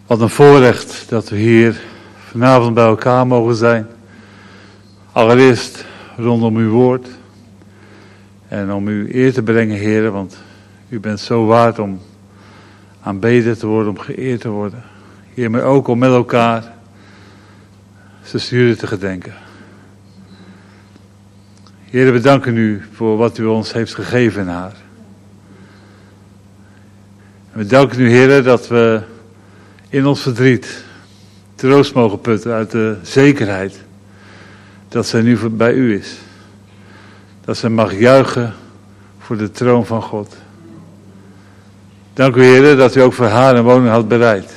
Wat een voorrecht dat we hier vanavond bij elkaar mogen zijn. Allereerst rondom uw woord. En om u eer te brengen, heren, want u bent zo waard om aanbeden te worden, om geëerd te worden. Heer, maar ook om met elkaar zuster Judith te gedenken. Heer, we danken u voor wat u ons heeft gegeven in haar. En we danken u, Heer, dat we in ons verdriet troost mogen putten uit de zekerheid dat zij nu bij u is. Dat zij mag juichen voor de troon van God. Dank u, Heer, dat u ook voor haar een woning had bereid.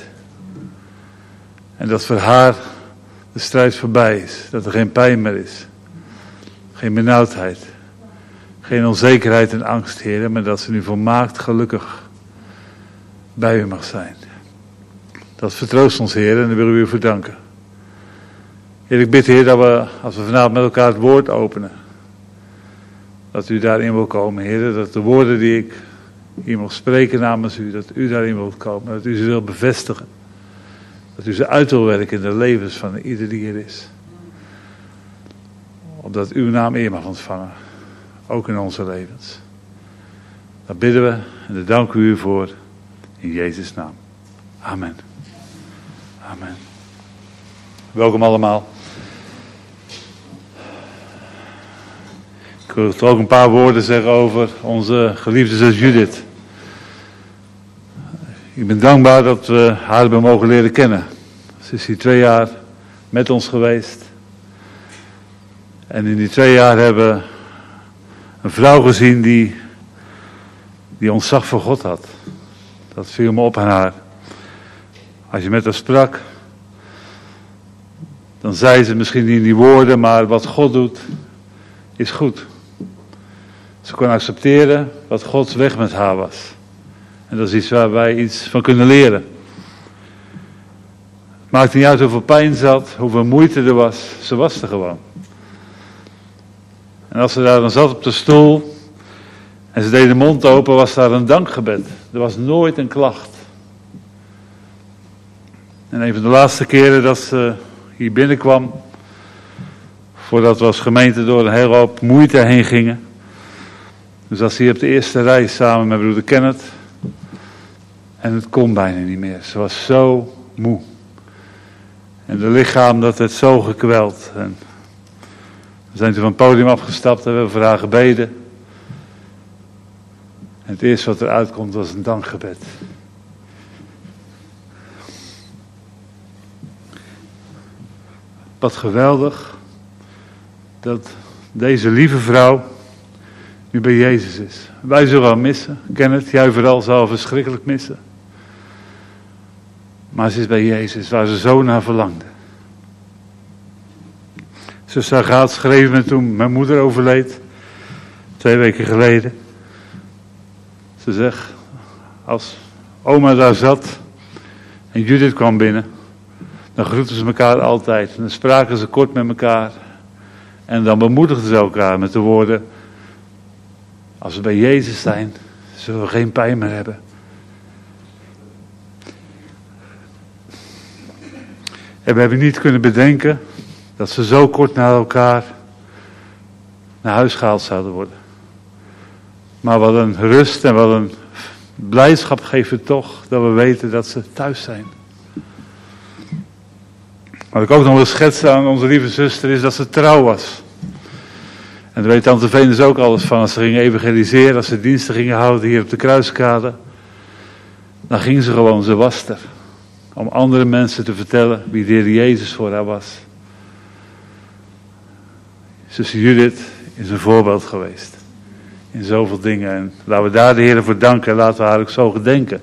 En dat voor haar de strijd voorbij is. Dat er geen pijn meer is. Geen benauwdheid. Geen onzekerheid en angst, Heer, maar dat ze nu volmaakt gelukkig bij u mag zijn. Dat vertroost ons, Heer, en daar willen we u voor danken. Heer, ik bid, Heer, dat we, als we vanavond met elkaar het woord openen, dat u daarin wil komen, Heer. Dat de woorden die ik hier mag spreken namens u, dat u daarin wilt komen. Dat u ze wil bevestigen. Dat u ze uit wil werken in de levens van ieder die hier is. Opdat uw naam eer mag ontvangen. Ook in onze levens. Daar bidden we en daar danken we u voor. In Jezus' naam. Amen. Amen. Welkom allemaal. Ik wil toch ook een paar woorden zeggen over onze geliefde zus Judith. Ik ben dankbaar dat we haar hebben mogen leren kennen. Ze is hier 2 jaar met ons geweest. En in die 2 jaar hebben we een vrouw gezien die ontzag voor God had. Dat viel me op aan haar. Als je met haar sprak, dan zei ze misschien niet in die woorden, maar wat God doet, is goed. Ze kon accepteren wat Gods weg met haar was. En dat is iets waar wij iets van kunnen leren. Het maakt niet uit hoeveel pijn zat, hoeveel moeite er was. Ze was er gewoon. En als ze daar dan zat op de stoel en ze deed de mond open, was daar een dankgebed. Er was nooit een klacht. En een van de laatste keren dat ze hier binnenkwam, voordat we als gemeente door een hele hoop moeite heen gingen. Dus als ze hier op de eerste rij samen met broeder Kenneth. En het kon bijna niet meer. Ze was zo moe. En de lichaam dat werd zo gekweld. En we zijn toen van het podium afgestapt en we hebben voor haar gebeden. En het eerste wat eruit komt was een dankgebed. Wat geweldig dat deze lieve vrouw nu bij Jezus is. Wij zullen haar missen. Kenneth, jij vooral zal verschrikkelijk missen. Maar ze is bij Jezus, waar ze zo naar verlangde. Zuster Agaat schreef me toen mijn moeder overleed. 2 weken geleden. Ze zegt, als oma daar zat en Judith kwam binnen, dan groetten ze elkaar altijd. En dan spraken ze kort met elkaar. En dan bemoedigden ze elkaar met de woorden, als we bij Jezus zijn, zullen we geen pijn meer hebben. En we hebben niet kunnen bedenken dat ze zo kort na elkaar naar huis gehaald zouden worden. Maar wat een rust en wat een blijdschap geeft het toch dat we weten dat ze thuis zijn. Wat ik ook nog wil schetsen aan onze lieve zuster is dat ze trouw was. En daar weet tante Venus ook alles van. Als ze gingen evangeliseren, als ze diensten gingen houden hier op de Kruiskade, dan ging ze gewoon, ze was er. Om andere mensen te vertellen wie de Heer Jezus voor haar was. Zuster Judith is een voorbeeld geweest. In zoveel dingen. En laten we daar de Heer voor danken en laten we haar ook zo gedenken.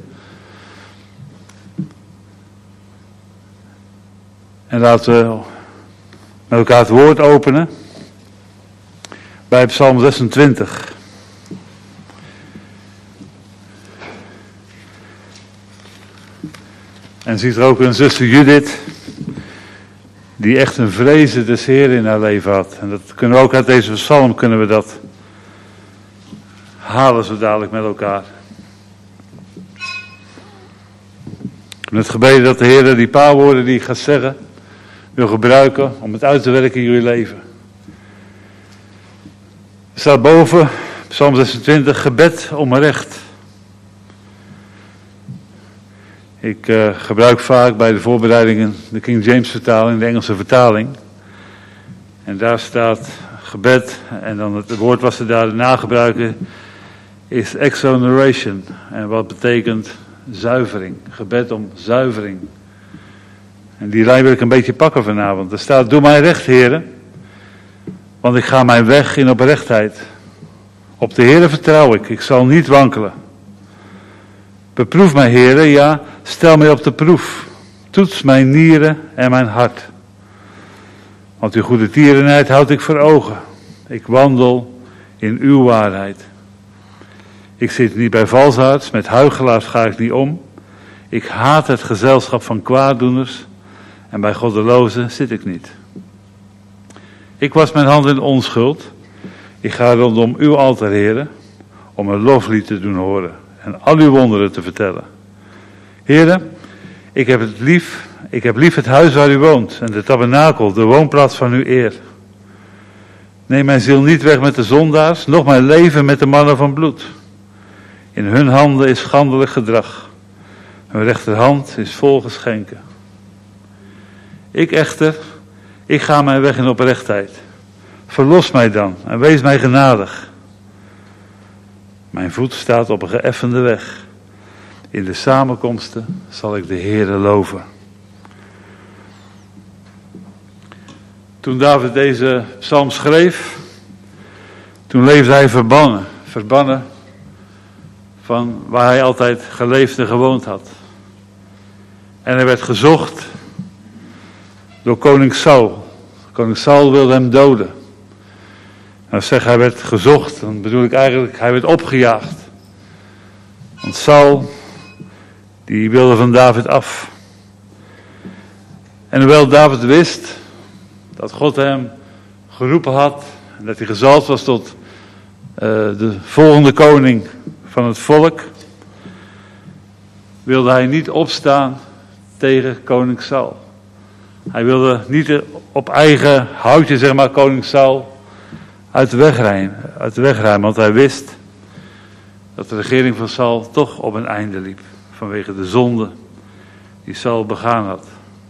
En laten we met elkaar het woord openen. Bij Psalm 26. En ziet er ook een zuster Judith, die echt een vrezen des Heeren in haar leven had. En dat kunnen we ook uit deze psalm kunnen we dat halen zo dadelijk met elkaar. net gebeden dat de Heer die paar woorden die ik ga zeggen wil gebruiken om het uit te werken in jullie leven. Er staat boven, Psalm 26, gebed om recht. Ik gebruik vaak bij de voorbereidingen de King James vertaling, de Engelse vertaling. En daar staat gebed, en dan het woord wat ze daarna gebruiken is exoneration. En wat betekent zuivering, gebed om zuivering. En die lijn wil ik een beetje pakken vanavond. Er staat, doe mij recht, Heere, want ik ga mijn weg in oprechtheid. Op de Heere vertrouw ik zal niet wankelen. Beproef mij, Heere, ja, stel mij op de proef. Toets mijn nieren en mijn hart. Want uw goede tierenheid houd ik voor ogen. Ik wandel in uw waarheid. Ik zit niet bij valsarts, met huichelaars ga ik niet om. Ik haat het gezelschap van kwaaddoeners en bij goddelozen zit ik niet. Ik was mijn hand in onschuld. Ik ga rondom uw altaar, Heere, om een loflied te doen horen en al uw wonderen te vertellen. Heere, ik heb lief het huis waar u woont en de tabernakel, de woonplaats van uw eer. Neem mijn ziel niet weg met de zondaars, noch mijn leven met de mannen van bloed. In hun handen is schandelijk gedrag. Hun rechterhand is vol geschenken. Ik echter, ik ga mijn weg in oprechtheid. Verlos mij dan en wees mij genadig. Mijn voet staat op een geëffende weg. In de samenkomsten zal ik de Heere loven. Toen David deze psalm schreef, toen leefde hij verbannen van waar hij altijd geleefd en gewoond had. En hij werd gezocht door koning Saul. Koning Saul wilde hem doden. En als ik zeg hij werd gezocht, dan bedoel ik eigenlijk hij werd opgejaagd. Want Saul, die wilde van David af. En hoewel David wist dat God hem geroepen had en dat hij gezalfd was tot de volgende koning van het volk, wilde hij niet opstaan tegen koning Saul. Hij wilde niet op eigen houtje, zeg maar, koning Saul uit de weg ruimen, want hij wist dat de regering van Saul toch op een einde liep, vanwege de zonde die Saul begaan had.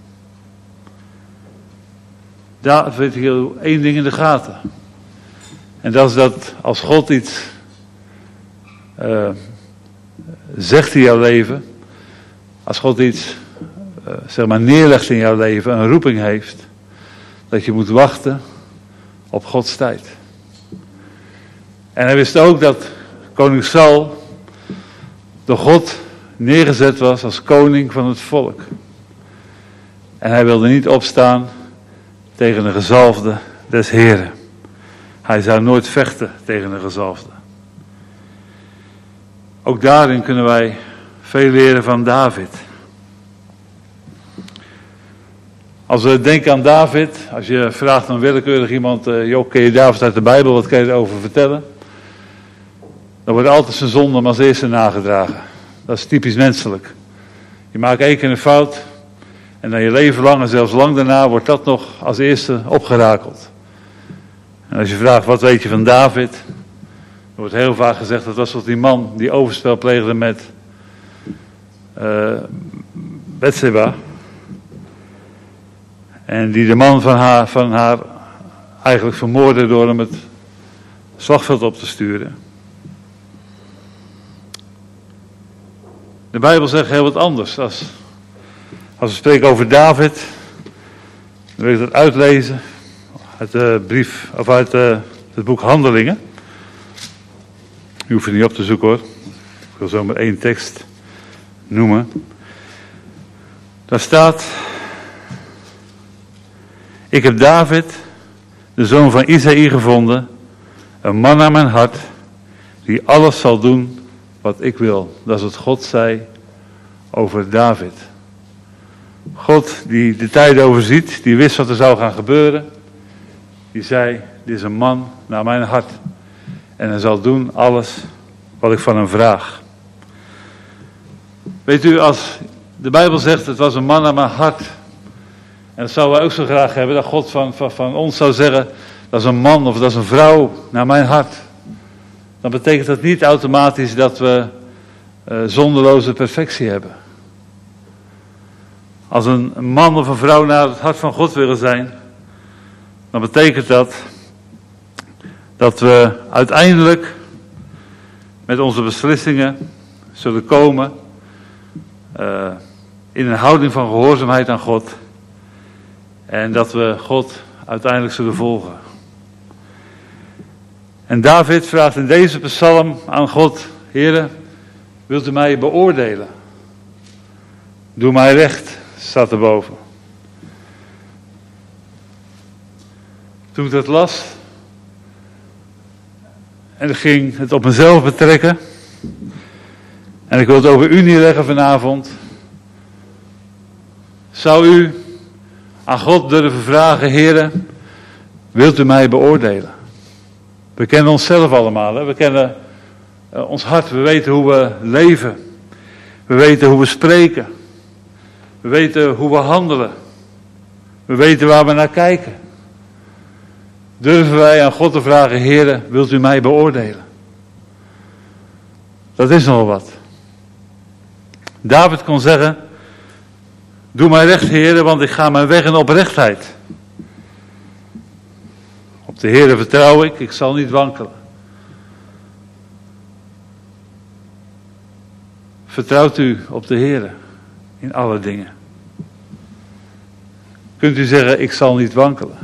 David hield één ding in de gaten. En dat is dat als God iets zegt in jouw leven, als God iets zeg maar neerlegt in jouw leven, een roeping heeft, dat je moet wachten op Gods tijd. En hij wist ook dat koning Saul door God neergezet was als koning van het volk. En hij wilde niet opstaan tegen de gezalfde des Heren. Hij zou nooit vechten tegen de gezalfde. Ook daarin kunnen wij veel leren van David. Als we denken aan David, als je vraagt aan willekeurig iemand, joh, ken je David uit de Bijbel, wat kan je erover vertellen? Dan wordt altijd zijn zonde maar als eerste nagedragen. Dat is typisch menselijk. Je maakt één keer een fout en dan je leven lang en zelfs lang daarna wordt dat nog als eerste opgerakeld. En als je vraagt, wat weet je van David? Er wordt heel vaak gezegd, dat was toch die man die overspel pleegde met Betseba. En die de man van haar eigenlijk vermoordde door hem het slagveld op te sturen. De Bijbel zegt heel wat anders. Als we spreken over David, dan wil ik dat uitlezen uit de brief, of uit het boek Handelingen. U hoeft het niet op te zoeken hoor. Ik wil zomaar één tekst noemen. Daar staat: ik heb David, de zoon van Isaïe, gevonden, een man naar mijn hart, die alles zal doen wat ik wil. Dat is wat God zei over David. God die de tijden overziet, die wist wat er zou gaan gebeuren, die zei, dit is een man naar mijn hart. En hij zal doen alles wat ik van hem vraag. Weet u, als De Bijbel zegt, het was een man naar mijn hart. En dat zouden wij ook zo graag hebben, dat God van ons zou zeggen, dat is een man of dat is een vrouw naar mijn hart. Dan betekent dat niet automatisch dat we zonderloze perfectie hebben. Als een man of een vrouw naar het hart van God willen zijn, dan betekent dat we uiteindelijk met onze beslissingen zullen komen in een houding van gehoorzaamheid aan God. En dat we God uiteindelijk zullen volgen. En David vraagt in deze psalm aan God: Heere, wilt u mij beoordelen? Doe mij recht, staat erboven. Toen ik dat las, en ik ging het op mezelf betrekken, en ik wil het over u neerleggen vanavond, zou u aan God durven vragen: Heere, wilt u mij beoordelen? We kennen onszelf allemaal, hè? We kennen ons hart, we weten hoe we leven, we weten hoe we spreken, we weten hoe we handelen, we weten waar we naar kijken. Durven wij aan God te vragen: Heere, wilt u mij beoordelen? Dat is nogal wat. David kon zeggen: doe mij recht, Heere, want ik ga mijn weg in oprechtheid. Op de Heere vertrouw ik zal niet wankelen. Vertrouwt u op de Heere in alle dingen? Kunt u zeggen: ik zal niet wankelen?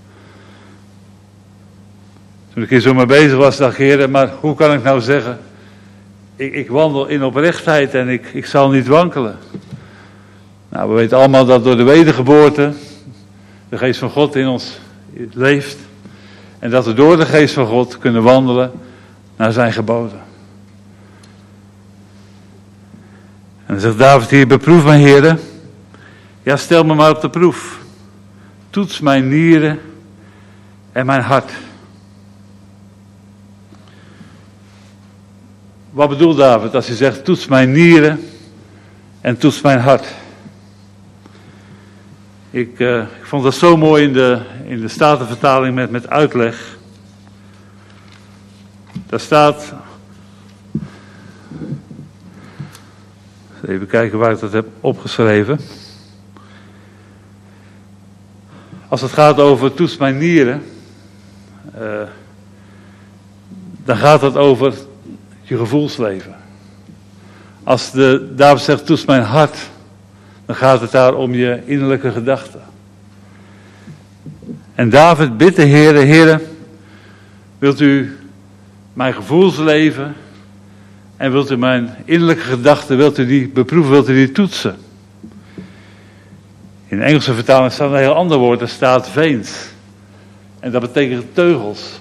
Toen ik hier zo mee bezig was, dacht ik: Heere, maar hoe kan ik nou zeggen, ik wandel in oprechtheid en ik zal niet wankelen? Nou, we weten allemaal dat door de wedergeboorte de geest van God in ons leeft. En dat we door de geest van God kunnen wandelen naar zijn geboden. En dan zegt David hier: beproef mij, Heere. Ja, stel me maar op de proef. Toets mijn nieren en mijn hart. Wat bedoelt David als hij zegt: toets mijn nieren en toets mijn hart? Ik vond dat zo mooi in de Statenvertaling met uitleg. Daar staat, even kijken waar ik dat heb opgeschreven. Als het gaat over toets mijn nieren, dan gaat het over je gevoelsleven. Als David zegt: toets mijn hart, dan gaat het daar om je innerlijke gedachten. En David bidt de Heere: Heere, wilt u mijn gevoelsleven en wilt u mijn innerlijke gedachten, wilt u die beproeven, wilt u die toetsen? In de Engelse vertaling staat een heel ander woord, er staat veins. En dat betekent teugels.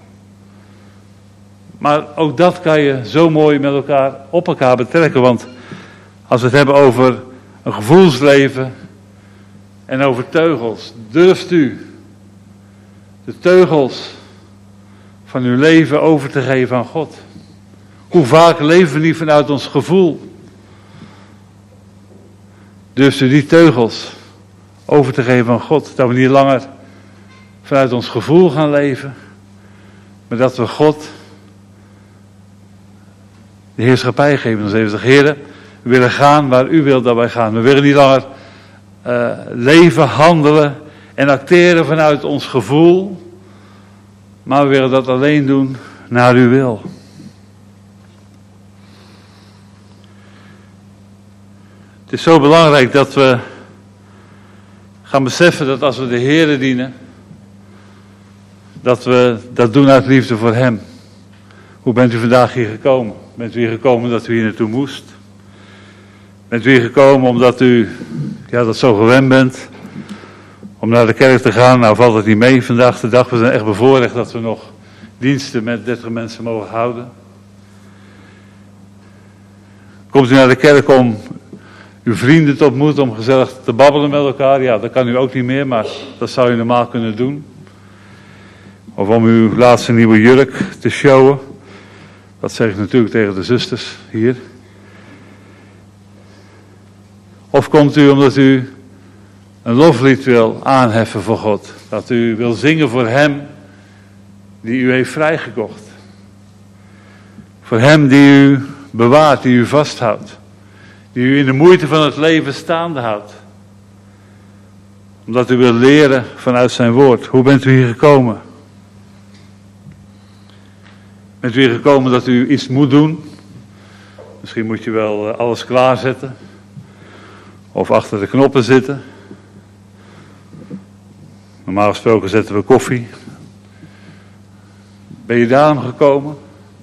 Maar ook dat kan je zo mooi met elkaar op elkaar betrekken, want als we het hebben over een gevoelsleven en over teugels, durft u de teugels van uw leven over te geven aan God? Hoe vaak leven we niet vanuit ons gevoel? Durft u die teugels over te geven aan God? Dat we niet langer vanuit ons gevoel gaan leven, maar dat we God de heerschappij geven. Dan zeggen we: Heere, we willen gaan waar u wilt dat wij gaan. We willen niet langer leven, handelen en acteren vanuit ons gevoel, maar we willen dat alleen doen naar uw wil. Het is zo belangrijk dat we gaan beseffen dat als we de Heere dienen, dat we dat doen uit liefde voor hem. Hoe bent u vandaag hier gekomen? Bent u hier gekomen dat u hier naartoe moest? Bent u hier gekomen omdat u dat zo gewend bent om naar de kerk te gaan? Nou, valt het niet mee vandaag de dag. We zijn echt bevoorrecht dat we nog diensten met 30 mensen mogen houden. Komt u naar de kerk om uw vrienden te ontmoeten, om gezellig te babbelen met elkaar? Ja, dat kan u ook niet meer, maar dat zou u normaal kunnen doen. Of om uw laatste nieuwe jurk te showen. Dat zeg ik natuurlijk tegen de zusters hier. Of komt u omdat u een loflied wil aanheffen voor God? Dat u wil zingen voor Hem die u heeft vrijgekocht. Voor Hem die u bewaart, die u vasthoudt. Die u in de moeite van het leven staande houdt. Omdat u wilt leren vanuit zijn woord. Hoe bent u hier gekomen? Bent u hier gekomen dat u iets moet doen? Misschien moet je wel alles klaarzetten. Of achter de knoppen zitten. Normaal gesproken zetten we koffie. Ben je daarom gekomen?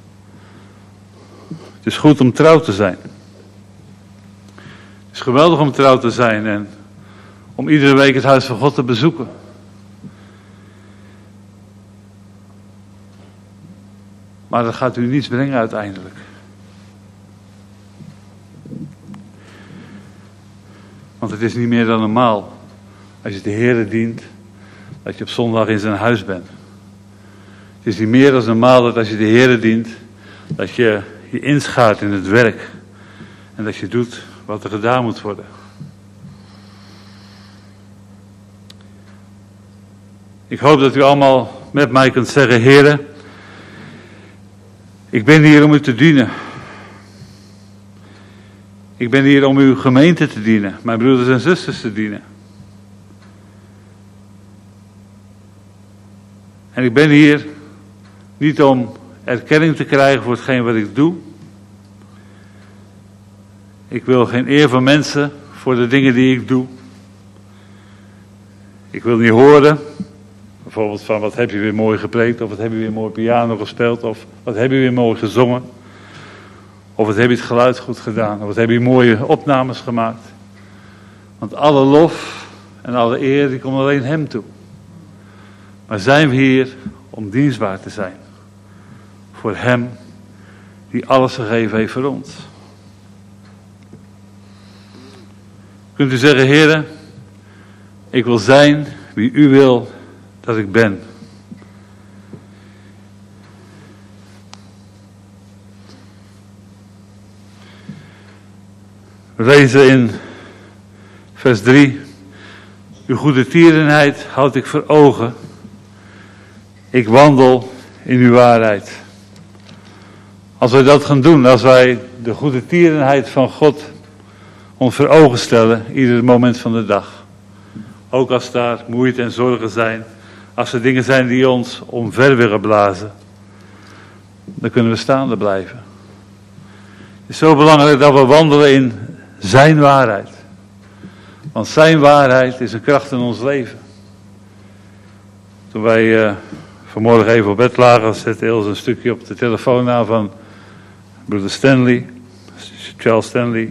Het is goed om trouw te zijn. Het is geweldig om trouw te zijn en om iedere week het huis van God te bezoeken. Maar dat gaat u niets brengen uiteindelijk. Want het is niet meer dan normaal, als je de Heere dient, dat je op zondag in zijn huis bent. Het is niet meer dan normaal dat als je de Heere dient, dat je je inschaart in het werk. En dat je doet wat er gedaan moet worden. Ik hoop dat u allemaal met mij kunt zeggen, Heere, ik ben hier om u te dienen. Ik ben hier om uw gemeente te dienen, mijn broeders en zusters te dienen. En ik ben hier niet om erkenning te krijgen voor hetgeen wat ik doe. Ik wil geen eer van mensen voor de dingen die ik doe. Ik wil niet horen, bijvoorbeeld van wat heb je weer mooi gepreekt, of wat heb je weer mooi piano gespeeld, of wat heb je weer mooi gezongen. Of wat heb je het geluid goed gedaan, of wat heb je mooie opnames gemaakt. Want alle lof en alle eer, die komt alleen hem toe. Maar zijn we hier om dienstbaar te zijn. Voor hem die alles gegeven heeft voor ons. Kunt u zeggen, Heere, ik wil zijn wie u wil dat ik ben. We lezen in vers 3. Uw goede tierenheid houd ik voor ogen. Ik wandel in uw waarheid. Als wij dat gaan doen, als wij de goede tierenheid van God ons voor ogen stellen, ieder moment van de dag. Ook als daar moeite en zorgen zijn, als er dingen zijn die ons omver willen blazen, dan kunnen we staande blijven. Het is zo belangrijk dat we wandelen in zijn waarheid. Want zijn waarheid is een kracht in ons leven. Toen wij vanmorgen even op bed lagen, zette Els een stukje op de telefoon aan van broeder Stanley, Charles Stanley.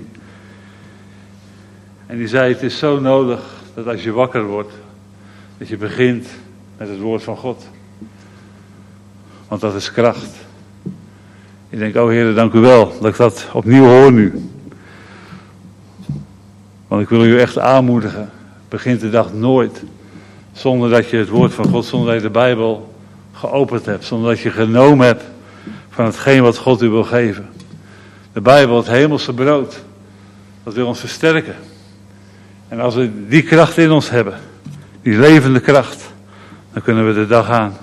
En die zei, het is zo nodig dat als je wakker wordt, dat je begint met het woord van God. Want dat is kracht. Ik denk, oh Heer, dank u wel dat ik dat opnieuw hoor nu. Want ik wil u echt aanmoedigen. Begint de dag nooit zonder dat je het woord van God, zonder dat je de Bijbel geopend hebt. Zonder dat je genomen hebt van hetgeen wat God u wil geven. De Bijbel, het hemelse brood, dat wil ons versterken. En als we die kracht in ons hebben, die levende kracht, dan kunnen we de dag aan.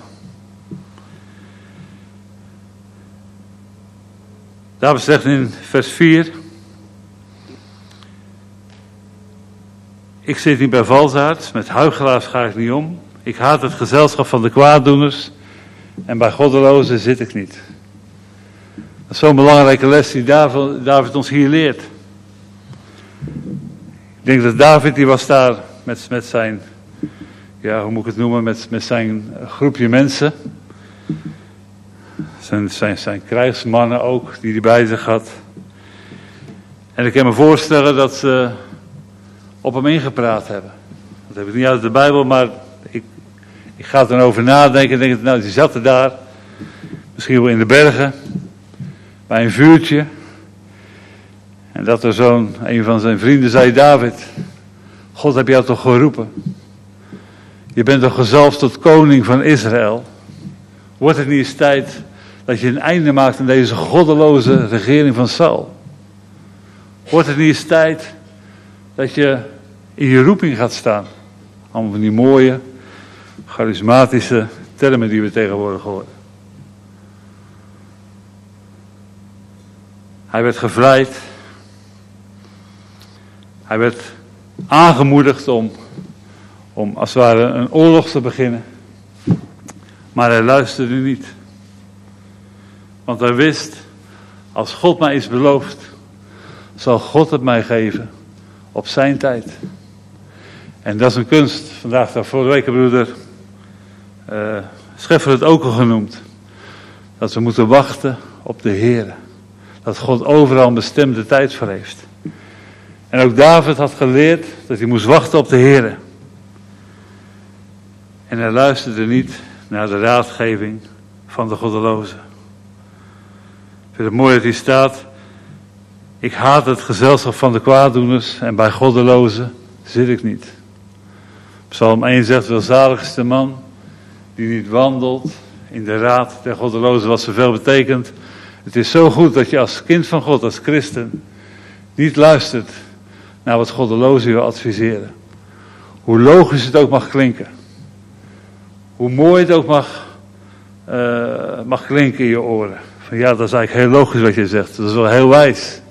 David zegt in vers 4... Ik zit niet bij valsaards, met huichelaars ga ik niet om. Ik haat het gezelschap van de kwaaddoeners en bij goddelozen zit ik niet. Dat is zo'n belangrijke les die David ons hier leert. Ik denk dat David, die was daar met zijn, ja, hoe moet ik het noemen, met zijn groepje mensen. Zijn krijgsmannen ook, die hij bij zich had. En ik kan me voorstellen dat ze op hem ingepraat hebben. Dat heb ik niet uit de Bijbel, maar ik ga er dan over nadenken. En denk, nou, die zaten daar, misschien wel in de bergen, bij een vuurtje. En dat er een van zijn vrienden zei, David, God heb jou toch geroepen? Je bent toch gezalfd tot koning van Israël? Wordt het niet eens tijd dat je een einde maakt aan deze goddeloze regering van Saul? Wordt het niet eens tijd dat je in je roeping gaat staan. Allemaal van die mooie, charismatische termen die we tegenwoordig horen. Hij werd gevleid. Hij werd aangemoedigd om als het ware een oorlog te beginnen. Maar hij luisterde niet. Want hij wist, als God mij iets belooft, zal God het mij geven op zijn tijd. En dat is een kunst. Vandaag, vorige week, broeder Scheffer het ook al genoemd. Dat we moeten wachten op de Heer. Dat God overal een bestemde tijd voor heeft. En ook David had geleerd dat hij moest wachten op de Heer. En hij luisterde niet naar de raadgeving van de goddelozen. Ik vind het mooi dat hier staat: ik haat het gezelschap van de kwaaddoeners en bij goddelozen zit ik niet. Psalm 1 zegt: welzalig is de man die niet wandelt in de raad der goddelozen, wat zoveel betekent. Het is zo goed dat je als kind van God, als christen, niet luistert naar wat goddelozen wil adviseren. Hoe logisch het ook mag klinken. Hoe mooi het ook mag klinken in je oren. Van ja, dat is eigenlijk heel logisch wat je zegt. Dat is wel heel wijs.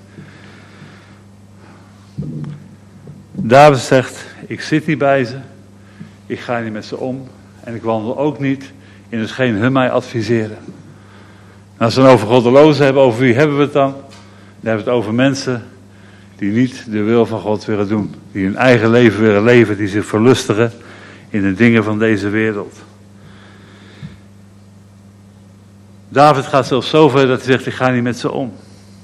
David zegt: ik zit niet bij ze. Ik ga niet met ze om. En ik wandel ook niet in hetgeen hun mij adviseren. En als we het over goddelozen hebben, over wie hebben we het dan? Dan hebben we het over mensen die niet de wil van God willen doen. Die hun eigen leven willen leven. Die zich verlustigen in de dingen van deze wereld. David gaat zelfs zo ver dat hij zegt: ik ga niet met ze om.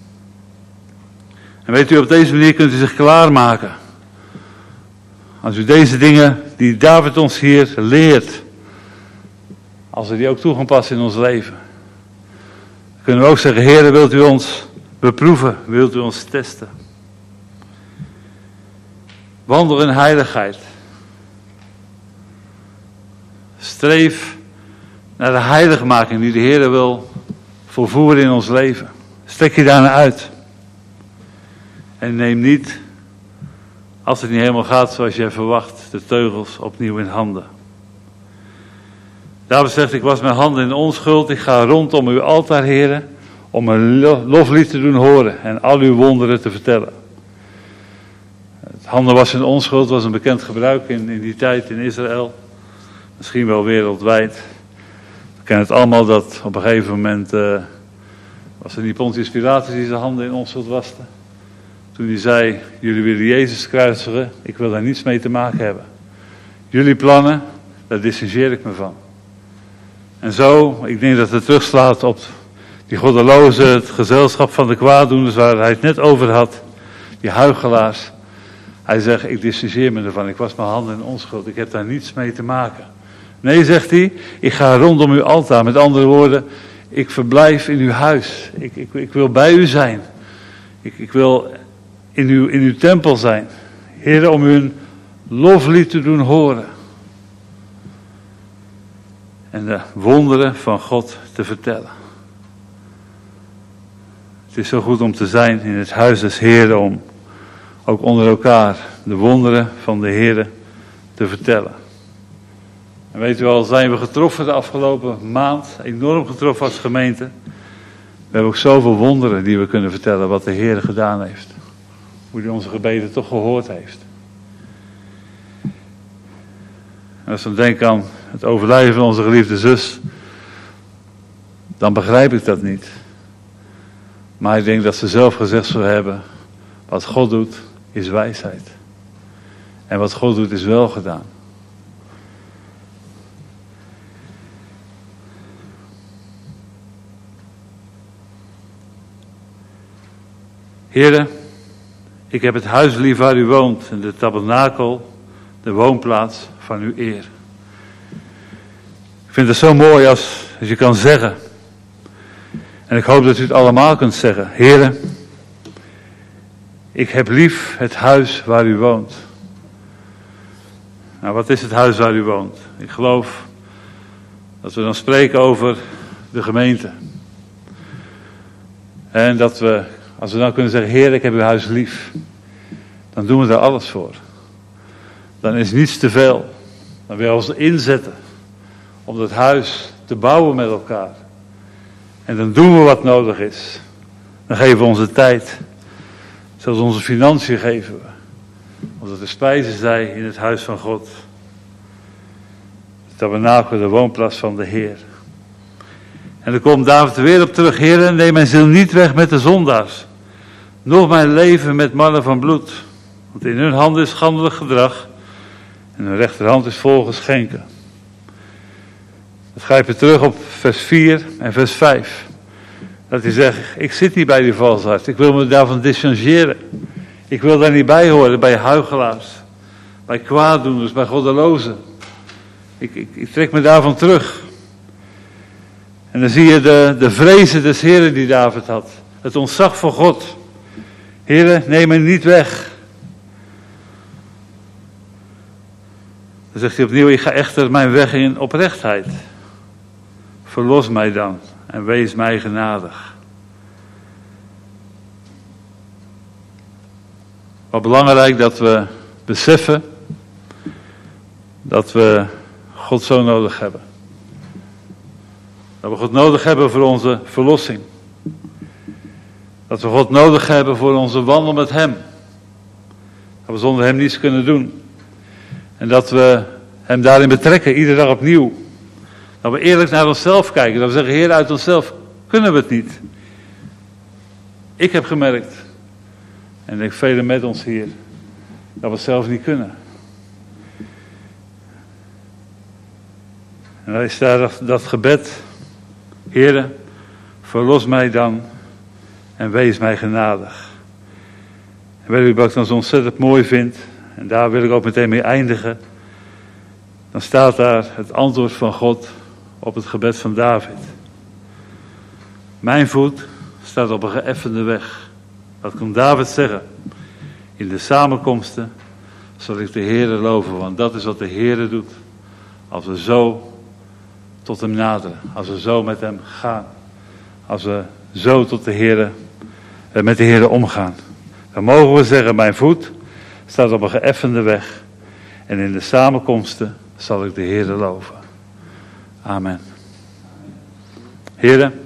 En weet u, op deze manier kunt u zich klaarmaken. Als u deze dingen die David ons hier leert, als we die ook toe gaan passen in ons leven, dan kunnen we ook zeggen: Heere, wilt u ons beproeven? Wilt u ons testen? Wandel in heiligheid. Streef naar de heiligmaking die de Heer wil volvoeren in ons leven. Strek je daarnaar uit. En neem niet, als het niet helemaal gaat zoals jij verwacht, de teugels opnieuw in handen. David zegt: ik was mijn handen in onschuld. Ik ga rondom uw altaar, Heere, om een loflied te doen horen en al uw wonderen te vertellen. Het handen wassen in onschuld was een bekend gebruik in die tijd in Israël. Misschien wel wereldwijd. We kennen het allemaal dat op een gegeven moment was er die Pontius Pilatus die zijn handen in onschuld waste. Toen hij zei: jullie willen Jezus kruisigen, ik wil daar niets mee te maken hebben. Jullie plannen, daar distancieer ik me van. En zo, ik denk dat het terugslaat op die goddelozen, het gezelschap van de kwaaddoeners waar hij het net over had. Die huichelaars. Hij zegt: ik distancieer me ervan, ik was mijn handen in onschuld, ik heb daar niets mee te maken. Nee, zegt hij, ik ga rondom uw altaar. Met andere woorden, ik verblijf in uw huis. Ik wil bij u zijn. Ik wil in uw tempel zijn. Heer, om u een loflied te doen horen. En de wonderen van God te vertellen. Het is zo goed om te zijn in het huis des Heeren, om ook onder elkaar de wonderen van de Heere te vertellen. En weet u wel, zijn we getroffen de afgelopen maand, enorm getroffen als gemeente. We hebben ook zoveel wonderen die we kunnen vertellen wat de Heere gedaan heeft. Hoe hij onze gebeden toch gehoord heeft. En als we denken aan het overlijden van onze geliefde zus, dan begrijp ik dat niet. Maar ik denk dat ze zelf gezegd zou hebben: wat God doet is wijsheid. En wat God doet is wel gedaan. Heere, ik heb het huis lief waar u woont en de tabernakel, de woonplaats van uw eer. Ik vind het zo mooi als je kan zeggen. En ik hoop dat u het allemaal kunt zeggen. Heere, ik heb lief het huis waar u woont. Nou, wat is het huis waar u woont? Ik geloof dat we dan spreken over de gemeente. En dat we, als we dan kunnen zeggen: Heer, ik heb uw huis lief. dan doen we daar alles voor. Dan is niets te veel. Dan willen we ons inzetten om dat huis te bouwen met elkaar. En dan doen we wat nodig is. Dan geven we onze tijd. Zelfs onze financiën geven we. Omdat de spijzen zij in het huis van God. Het tabernakel, de woonplaats van de Heer. En dan komt David er weer op terug. Heer, neem mijn ziel niet weg met de zondaars. Nog mijn leven met mannen van bloed. Want in hun handen is schandelijk gedrag. En hun rechterhand is vol geschenken. Dat grijp je terug op vers 4 en vers 5. Dat hij zegt, ik zit niet bij die valsarts. Ik wil me daarvan distancieren. Ik wil daar niet bij horen, bij huichelaars. Bij kwaaddoeners, bij goddelozen. Ik trek me daarvan terug. En dan zie je de vrezen des Heren die David had. Het ontzag voor God. Heren, neem me niet weg. Dan zegt hij opnieuw, ik ga echter mijn weg in oprechtheid. Verlos mij dan en wees mij genadig. Wat belangrijk dat we beseffen dat we God zo nodig hebben. Dat we God nodig hebben voor onze verlossing. Dat we God nodig hebben voor onze wandel met Hem. Dat we zonder Hem niets kunnen doen. En dat we Hem daarin betrekken, iedere dag opnieuw. Dat we eerlijk naar onszelf kijken. Dat we zeggen, Heer, uit onszelf kunnen we het niet. Ik heb gemerkt, en ik denk velen met ons hier, dat we het zelf niet kunnen. En dan is daar dat gebed. Heere, verlos mij dan en wees mij genadig. En weet u wat ik dan zo ontzettend mooi vind? En daar wil ik ook meteen mee eindigen. Dan staat daar het antwoord van God op het gebed van David. Mijn voet staat op een geëffende weg. Dat kon David zeggen. In de samenkomsten zal ik de Heere loven, want dat is wat de Heere doet. Als we zo tot Hem naderen, als we zo met Hem gaan, als we zo tot de Heere, met de Heere omgaan. Dan mogen we zeggen, mijn voet staat op een geëffende weg en in de samenkomsten zal ik de Heere loven. Amen. Heere,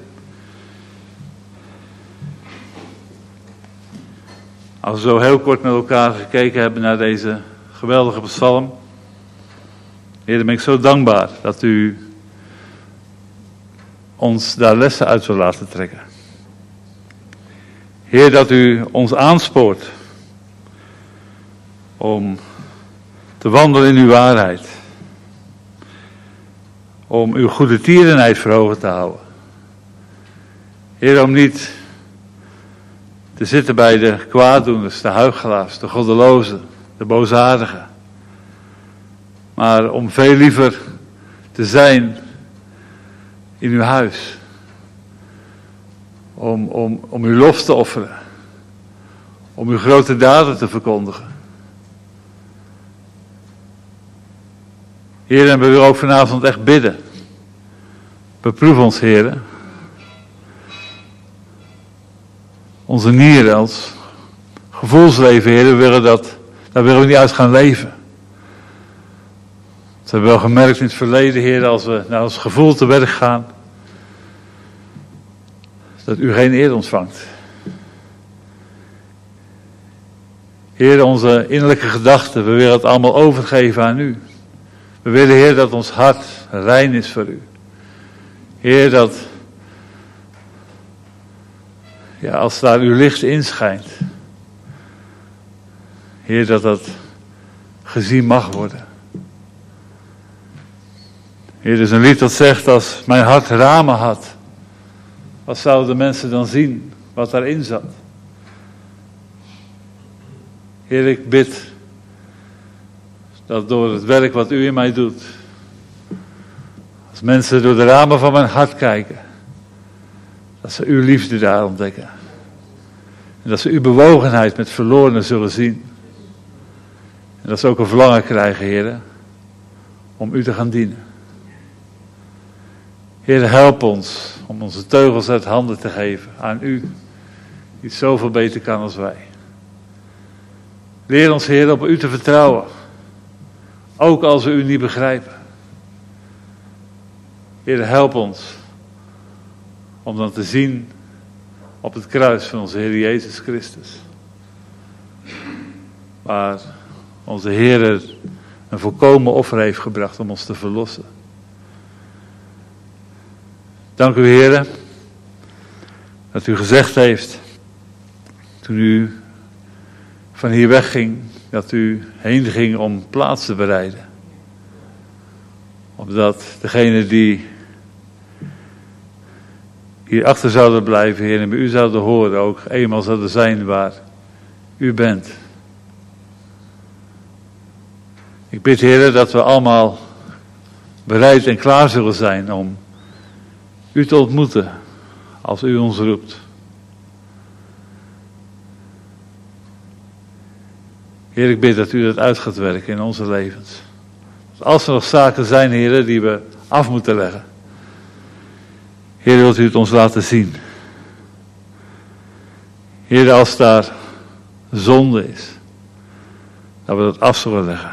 als we zo heel kort met elkaar gekeken hebben naar deze geweldige psalm. Heer, ben ik zo dankbaar dat u ons daar lessen uit wil laten trekken. Heer, dat u ons aanspoort om te wandelen in uw waarheid. Om uw goede tierenheid voor ogen te houden. Heer, om niet te zitten bij de kwaaddoeners, de huichelaars, de goddelozen, de boosaardigen. Maar om veel liever te zijn in uw huis. Om uw lof te offeren. Om uw grote daden te verkondigen. Heer, en we willen ook vanavond echt bidden. Beproef ons, Heer. Onze nieren, ons gevoelsleven, Heer, daar willen we niet uit gaan leven. Dat hebben we wel gemerkt in het verleden, Heer, als we naar ons gevoel te werk gaan, dat u geen eer ontvangt. Heer, onze innerlijke gedachten, we willen het allemaal overgeven aan u. We willen, Heer, dat ons hart rein is voor u. Heer, dat, ja, als daar uw licht inschijnt, Heer, dat dat gezien mag worden. Heer, er is een lied dat zegt, als mijn hart ramen had, wat zouden de mensen dan zien wat daarin zat? Heer, ik bid dat door het werk wat u in mij doet, als mensen door de ramen van mijn hart kijken, dat ze uw liefde daar ontdekken. En dat ze uw bewogenheid met verlorenen zullen zien. En dat ze ook een verlangen krijgen, Heer, om u te gaan dienen. Heer, help ons om onze teugels uit handen te geven aan u, die het zoveel beter kan als wij. Leer ons, Heer, op u te vertrouwen. Ook als we u niet begrijpen. Heer, help ons om dan te zien op het kruis van onze Heer Jezus Christus. Waar onze Heer een volkomen offer heeft gebracht om ons te verlossen. Dank u, Heer, dat u gezegd heeft, toen u van hier wegging, dat u heen ging om plaats te bereiden. Opdat degenen die hier achter zouden blijven, Heer, en bij u zouden horen, ook eenmaal zouden zijn waar u bent. Ik bid, Heer, dat we allemaal bereid en klaar zullen zijn om u te ontmoeten als u ons roept. Heer, ik bid dat u dat uit gaat werken in onze levens. Als er nog zaken zijn, Heer, die we af moeten leggen. Heer, wilt u het ons laten zien. Heer, als daar zonde is, dat we dat af zullen leggen.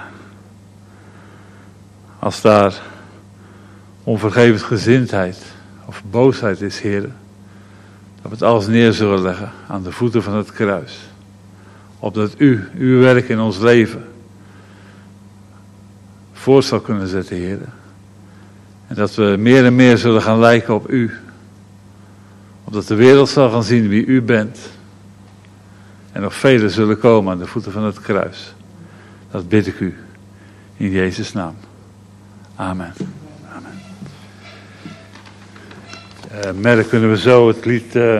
Als daar onvergevensgezindheid of boosheid is, Heer, dat we het alles neer zullen leggen aan de voeten van het kruis. Opdat u, uw werk in ons leven, voort zal kunnen zetten, Heer. En dat we meer en meer zullen gaan lijken op u. Opdat de wereld zal gaan zien wie u bent. En nog velen zullen komen aan de voeten van het kruis. Dat bid ik u. In Jezus' naam. Amen. Amen. Merk, kunnen we zo het lied...